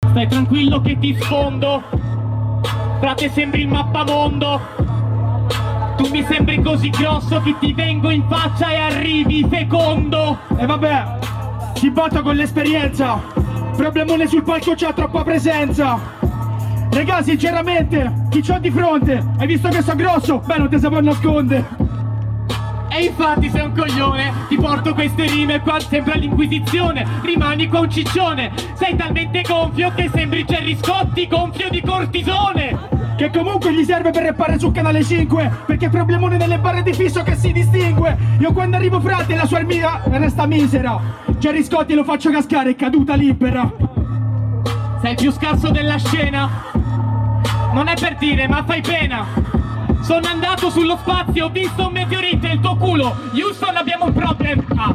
Stai tranquillo che ti sfondo. Frate, sembri il mappamondo. Tu mi sembri così grosso che ti vengo in faccia e arrivi fecondo. E vabbè, ti batto con l'esperienza. Problemone sul palco, c'ha troppa presenza. Raga, sinceramente, chi c'ho di fronte? Hai visto che so grosso? Beh, non ti saprò nascondere. E infatti sei un coglione. Ti porto queste rime qua sempre all'inquisizione. Rimani qua un ciccione. Sei talmente gonfio che sembri Gerry Scotti gonfio di cortisone. Che comunque gli serve per rappare su Canale 5, perché è problemone nelle barre di fisso che si distingue. Io quando arrivo, frate, la sua armia resta misera. Gerry Scotti lo faccio cascare, è caduta libera. Sei il più scarso della scena. Non è per dire, ma fai pena. Sono andato sullo spazio, ho visto un meteorite, il tuo culo. Houston, abbiamo un problema.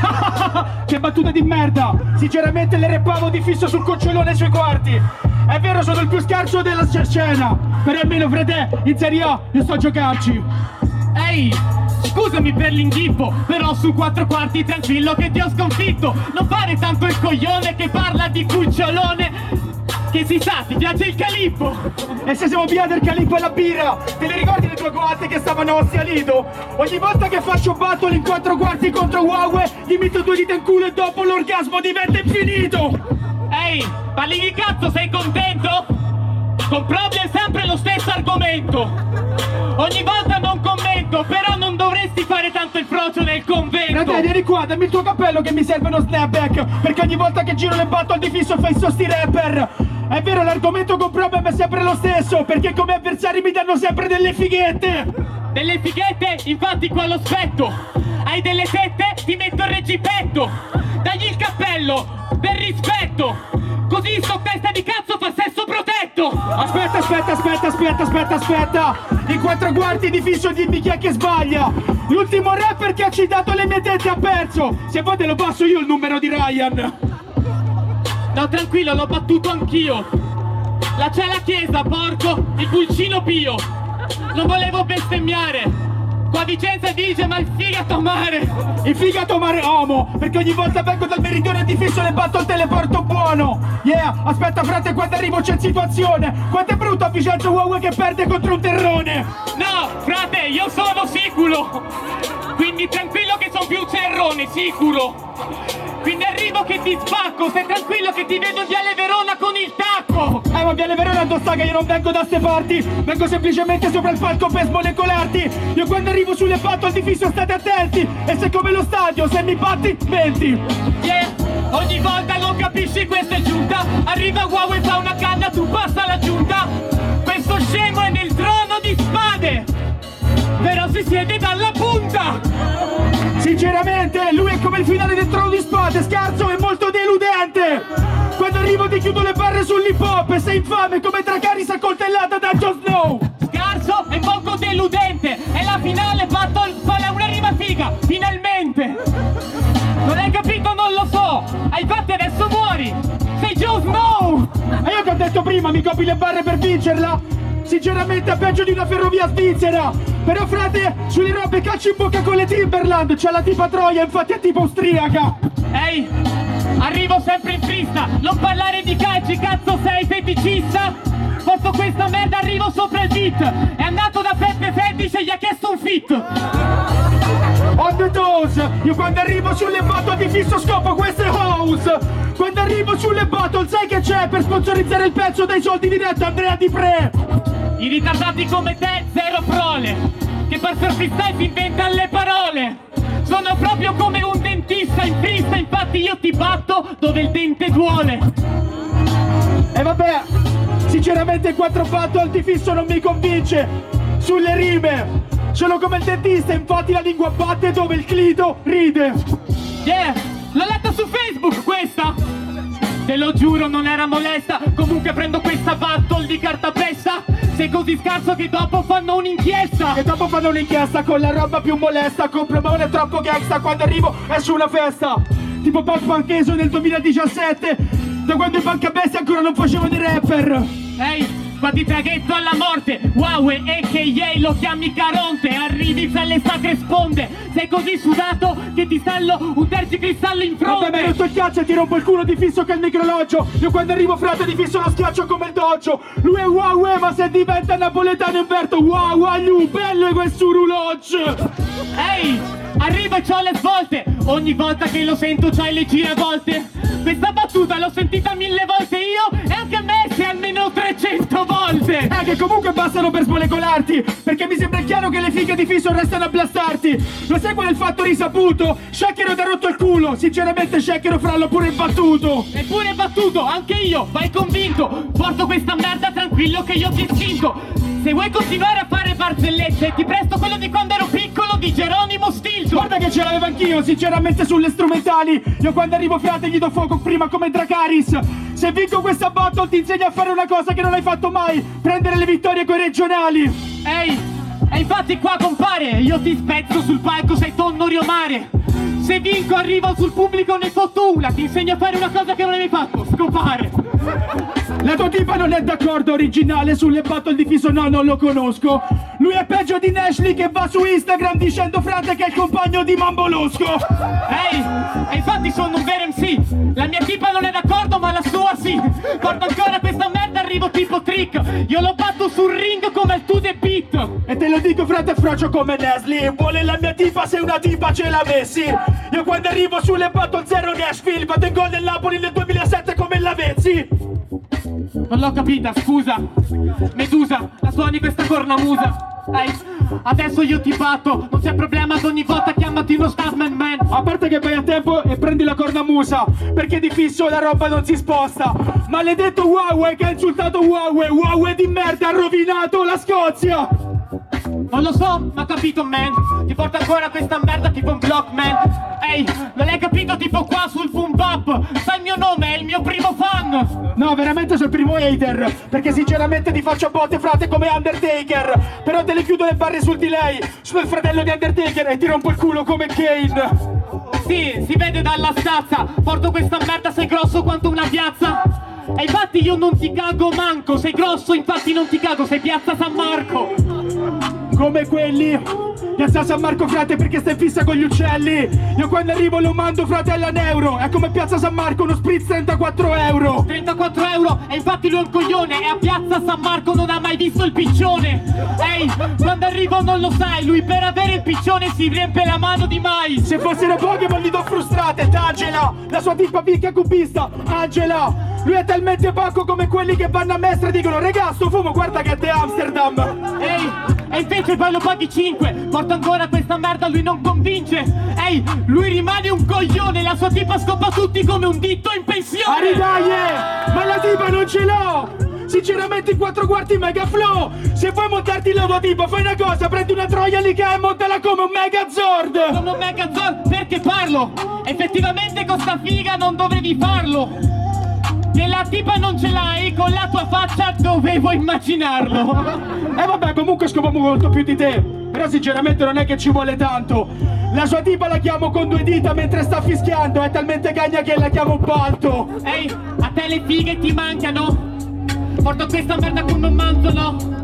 Che battute di merda. Sinceramente le rappavo di fisso sul cocciolone sui quarti. È vero, sono il più scarso della scena, però almeno, frate, in Serie A io sto a giocarci. Ehi, scusami per l'inghippo, però su 4 quarti tranquillo che ti ho sconfitto. Non fare tanto il coglione che parla di cucciolone. Che si sa, ti piace il calippo. E se siamo via del calippo e la birra, te le ricordi le tue coatte che stavano a Lido? Ogni volta che faccio battle in 4 quarti contro Huawei, gli metto 2 dita in culo e dopo l'orgasmo diventa infinito. Ehi, parli di cazzo, sei contento? Con Problem sempre lo stesso argomento. Ogni volta non commento, però non dovresti fare tanto il frocio nel convento. Frate, vieni qua, dammi il tuo cappello che mi serve uno snapback, perché ogni volta che giro le battle di fisso fai sti rapper. È vero, l'argomento con Problem è sempre lo stesso, perché come avversari mi danno sempre delle fighette. Delle fighette? Infatti qua lo spetto. Hai delle tette? Ti metto il reggipetto. Dagli il cappello, per rispetto. Così sto testa di cazzo fa sesso protetto. Aspetta. In 4 quarti di fisso dimmi chi è che sbaglia. L'ultimo rapper che ha citato le mie tette ha perso. Se vuoi te lo passo io il numero di Ryan. No, tranquillo, l'ho battuto anch'io. Là c'è la chiesa, porco, il pulcino pio. Non volevo bestemmiare. Qua Vicenza dice ma il figato mare. Il figato mare homo, perché ogni volta vengo dal meridione di fisso le battle te le porto buono. Yeah, aspetta frate, quando arrivo c'è situazione. Quanto è brutto a Vicenza Huawei che perde contro un terrone. No, frate, io sono sicuro. Quindi tranquillo che sono più cerrone, sicuro. Quindi arrivo che ti spacco, stai tranquillo che ti vedo Viale Verona con il tacco. Ma Viale Verona non sta che io non vengo da ste parti. Vengo semplicemente sopra il palco per smolecolarti. Io quando arrivo sulle battle di fisso state attenti. E se come lo stadio, se mi batti, menti. Yeah, ogni volta non capisci, questa è giunta. Arriva Huawei, fa una canna, tu passa la giunta. Questo scemo è nel trono di spade, però si siede dalla punta. Sinceramente, lui è come il finale del Trono di Spade, scarso e molto deludente. Quando arrivo ti chiudo le barre sull'hip hop e sei infame come Dracarys accoltellata da Jon Snow. Scarso e poco deludente, è la finale, battle, fa una rima figa, finalmente. Non hai capito, non lo so, infatti adesso muori, sei Jon Snow. E io ti ho detto prima, mi copi le barre per vincerla? Sinceramente è peggio di una ferrovia svizzera. Però frate, sulle robe calci in bocca con le Timberland. C'è la tipa Troia, infatti è tipo austriaca. Ehi, arrivo sempre in frista. Non parlare di calci, cazzo sei feticista? Porto questa merda, arrivo sopra il beat. È andato da Peppe Fetish e gli ha chiesto un fit. On the toes. Io quando arrivo sulle battle di fisso scopo queste house. Quando arrivo sulle battle sai che c'è? Per sponsorizzare il pezzo dai soldi diretto Andrea Di Pre. I ritardati come te, zero prole, che per far freestyle si inventano le parole. Sono proprio come un dentista in pista, infatti io ti batto dove il dente duole. E vabbè, sinceramente 4 battle di fisso non mi convince. Sulle rime sono come il dentista, infatti la lingua batte dove il clito ride. Yeah, l'ho letta su Facebook questa. Te lo giuro non era molesta. Comunque prendo questa battle di cartapesta. Sei così scarso che dopo fanno un'inchiesta. E dopo fanno un'inchiesta con la roba più molesta. Compro ma non è troppo gangsta. Quando arrivo è su una festa tipo Punk Pancheso nel 2017, da quando i Punk Bestia ancora non facevano dei rapper. Ehi, Qua ti traghetto alla morte, Huawei a.k.a. lo chiami Caronte. Arrivi fra le sacre sponde, sei così sudato che ti stallo un tergicristallo in fronte. Vabbè, mi rotto il cazzo e ti rompo il culo di fisso che il micrologio. Io quando arrivo frate ti fisso lo schiaccio come il doggio. Lui è Huawei ma se diventa napoletano inverto Huawei, bello è quel surulogio. Ehi, arrivo e c'ho le svolte. Ogni volta che lo sento c'hai le giravolte. Questa battuta l'ho sentita 1000 volte io e anche a me se almeno 300 volte. Che comunque bastano per smolecolarti, perché mi sembra chiaro che le fighe di fisso restano a blastarti. Lo sai qual è il fatto risaputo? Shakiro ti ha rotto il culo. Sinceramente Shakiro fra l'ho pure battuto. Eppure battuto, anche io, vai convinto. Porto questa merda tranquillo che io ti spinto. Se vuoi continuare a fare barzellette ti presto quello di quando ero piccolo di Geronimo Stilton. Guarda che ce l'avevo anch'io, sinceramente sulle strumentali. Io quando arrivo frate gli do fuoco prima come Dracarys. Se vinco questa battle ti insegno a fare una cosa che non hai fatto mai: prendere le vittorie coi regionali. Ehi, e infatti qua compare, io ti spezzo sul palco, sei tonno riomare. Se vinco arrivo sul pubblico ne fotto una, ti insegno a fare una cosa che non hai mai fatto, scopare. La tua tipa non è d'accordo, originale sulle battle di fisso no, non lo conosco. Lui è peggio di Nashley che va su Instagram dicendo frate che è il compagno di Mambolosco. Ehi, e infatti sono un vero MC. La mia tipa non è d'accordo ma la sua sì. Porto ancora questa merda, arrivo tipo trick. Io lo batto sul ring come il To The Beat. E te lo dico frate, frocio come Nesli. Vuole la mia tipa se una tipa ce l'avessi. Io quando arrivo sulle battle zero Nashville vado in gol del Napoli nel 2007 come l'Avezzi. Non l'ho capita, scusa. Medusa, la suoni questa cornamusa. Ehi, adesso io ti batto, non c'è problema, ad ogni volta chiamati uno Starsman man. A parte che vai a tempo e prendi la cornamusa, perché di fisso la roba non si sposta. Maledetto Huawei che ha insultato Huawei. Huawei di merda, ha rovinato la Scozia. Non lo so, ma capito man. Ti porta ancora questa merda tipo un block man. Ehi, non l'hai capito tipo qua sul boom bap. Sai il mio nome, è il mio primo fan. No, veramente sono il primo hater, perché sinceramente ti faccio a botte frate come Undertaker. Però te le chiudo le barre sul delay. Sono il fratello di Undertaker e ti rompo il culo come Kane. Sì, si vede dalla stazza. Porto questa merda, sei grosso quanto una piazza. E infatti io non ti cago manco. Sei grosso, infatti non ti cago, sei piazza San Marco. Come quelli Piazza San Marco frate perché stai in fissa con gli uccelli. Io quando arrivo lo mando frate all'Aneuro. È come Piazza San Marco, uno spritz 34 euro. 34 euro, e infatti lui è un coglione. E a Piazza San Marco non ha mai visto il piccione. Ehi, quando arrivo non lo sai, lui per avere il piccione si riempie la mano di mais. Se fossero Pokémon gli do frustrate, Angela. La sua tipa picchia cubista, Angela. Lui è talmente pacco come quelli che vanno a Mestre e dicono regà sto fumo guarda che è de Amsterdam. Ehi, e invece poi lo paghi 5. Porta ancora questa merda, lui non convince. Ehi, lui rimane un coglione. La sua tipa scopa tutti come un ditto in pensione. Aridaie, ma la tipa non ce l'ho. Sinceramente in 4 quarti mega flow. Se vuoi montarti la tua tipa fai una cosa, prendi una troia lì che è e montala come un Megazord. Come un Megazord, perché parlo? Effettivamente con sta figa non dovevi farlo. Che la tipa non ce l'hai, con la tua faccia dovevo immaginarlo. E vabbè, comunque scopo molto più di te. Però sinceramente non è che ci vuole tanto. La sua tipa la chiamo con 2 dita mentre sta fischiando. È talmente cagna che la chiamo balto. Ehi, a te le fighe ti mancano. Porto questa merda come un manzolo.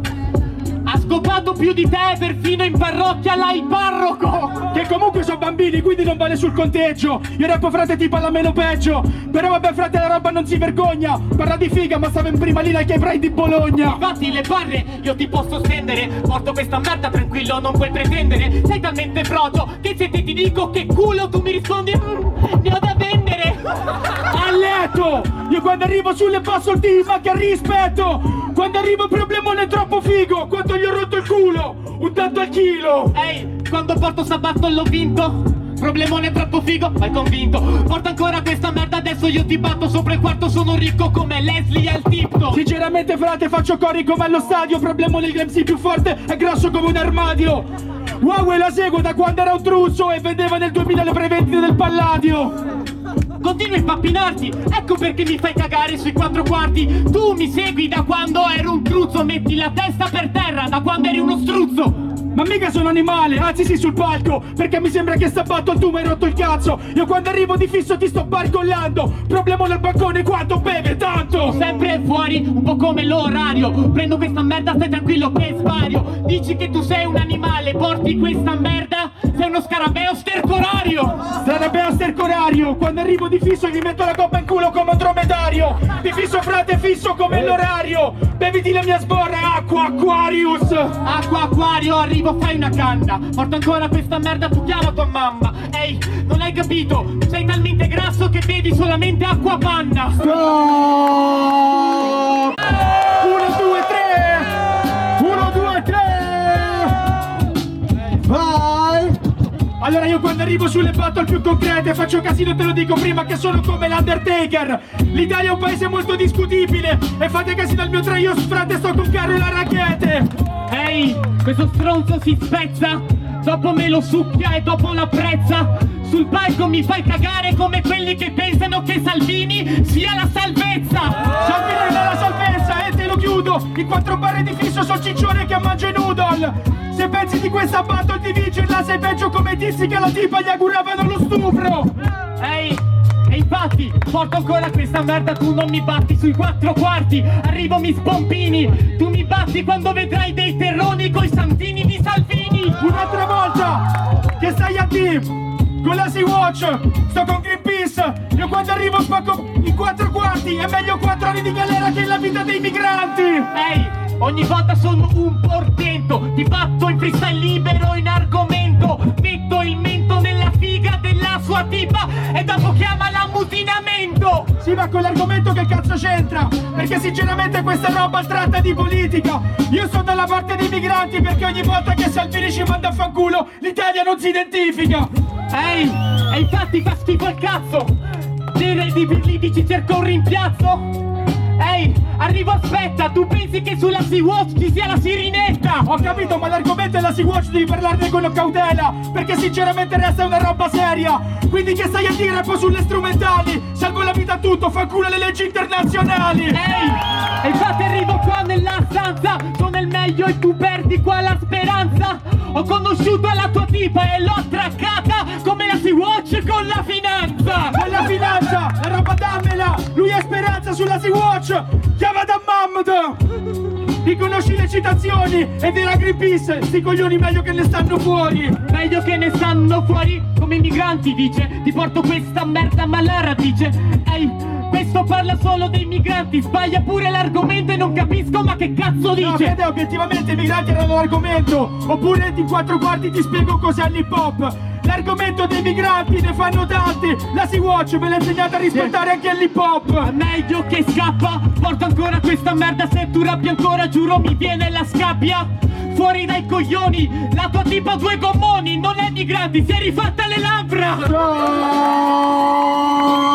Ha scopato più di te, perfino in parrocchia là il parroco. Che comunque sono bambini, quindi non vale sul conteggio. Io rappo frate tipo alla meno peggio. Però vabbè frate la roba non si vergogna. Parla di figa ma stava in prima linea che avrai di Bologna. Infatti le barre io ti posso stendere. Porto questa merda tranquillo, non puoi pretendere. Sei talmente frocio che se te ti dico che culo tu mi rispondi ne ho da vendere. A letto! Io quando arrivo sulle basso ti manca rispetto. Quando arrivo il problemone è troppo figo. Quanto gli ho rotto il culo, un tanto al chilo. Ehi, quando porto sabato l'ho vinto. Problemone troppo figo, vai convinto. Porta ancora questa merda, adesso io ti batto. Sopra il quarto sono ricco come Leslie al tipto. Sinceramente frate faccio cori come allo stadio. Problemone il MC più forte è grosso come un armadio. Huawei la seguo da quando era un truzzo e vendeva nel 2000 le prevendite del Palladio. Continui a impappinarti, ecco perché mi fai cagare sui 4 quarti. Tu mi segui da quando ero un truzzo, metti la testa per terra da quando eri uno struzzo. Ma mica sono animale, anzi sì sul palco. Perché mi sembra che sta battle tu mi hai rotto il cazzo. Io quando arrivo di fisso ti sto barcollando. Problema nel bancone quando beve tanto. Sempre fuori fuori un po' come l'orario. Prendo questa merda, stai tranquillo che spario. Dici che tu sei un animale, porti questa merda, sei uno scarabeo stercorario. Scarabeo stercorario, quando arrivo di fisso gli metto la coppa in culo come un dromedario. Ti fisso frate, fisso come l'orario. Beviti la mia sborra, acqua Aquarius. Acqua Aquario, arrivo, fai una canna. Porto ancora questa merda, tu chiama tua mamma. Ehi, non hai capito? Sei talmente grasso che bevi solamente acqua panna. Stop! 1, 2, 3! 1, 2, 3! Vai! Allora io quando arrivo sulle battle più concrete faccio casino, te lo dico prima, che sono come l'Undertaker. L'Italia è un paese molto discutibile e fate casino al mio tre, io frate sto con Carola Rackete. Ehi, questo stronzo si spezza, dopo me lo succhia e dopo l'apprezza. Sul palco mi fai cagare come quelli che pensano che Salvini sia la salvezza. Salvini è la salvezza e te lo chiudo. In 4 barre di fisso sul ciccione che mangia i noodle. Se pensi di questa battle di vincerla sei peggio come dissi che la tipa gli auguravano lo stupro. Ehi, e infatti porto ancora questa merda, tu non mi batti sui 4 quarti. Arrivo mi spompini, tu mi batti quando vedrai dei terroni coi santini di Salvini. Un'altra volta che stai a team con la Sea-Watch, sto con Greenpeace. Io quando arrivo spacco in 4 quarti. È meglio 4 anni di galera che la vita dei migranti. Ehi, ogni volta sono un portento. Ti batto in freestyle libero in argomento. Metto il mento nella figa della sua tipa e dopo chiama l'ammutinamento. Sì, ma con l'argomento che cazzo c'entra? Perché sinceramente questa roba tratta di politica. Io sto dalla parte dei migranti perché ogni volta che Salvini ci manda a fanculo l'Italia non si identifica. Ehi, e infatti fa schifo al cazzo. Direi di Pirliti ci cerco un rimpiazzo. Ehi, arrivo, aspetta, tu pensi che sulla Sea-Watch ci sia la sirinetta? Ho capito, ma l'argomento è la Sea-Watch, devi parlarne con cautela, perché sinceramente resta una roba seria. Quindi che stai a dire un po' sulle strumentali? Salvo la vita a tutto, fa culo le leggi internazionali. Ehi, e infatti arrivo qua nella stanza, sono il meglio e tu perdi qua la speranza. Ho conosciuto la tua tipa e l'ho attraccata come la Sea-Watch con la finanza. Con la finanza, la roba dammela, lui è speranza sulla Sea-Watch. Chiama da Mammoth. Riconosci le citazioni e della Greenpeace, sti coglioni meglio che ne stanno fuori. Meglio che ne stanno fuori come i migranti, dice. Ti porto questa merda ma la radice. Ehi, questo parla solo dei migranti, sbaglia pure l'argomento e non capisco ma che cazzo dice. No, Fede, obiettivamente i migranti erano l'argomento. Oppure in 4 quarti ti spiego cos'è l'hip hop. L'argomento dei migranti ne fanno tanti. La Sea-Watch me l'ha insegnata a rispettare anche l'hip hop. Meglio che scappa, porto ancora questa merda. Se tu rappi ancora giuro mi viene la scabbia. Fuori dai coglioni, la tua tipa 2 gommoni. Non è migranti, si è rifatta le labbra. No!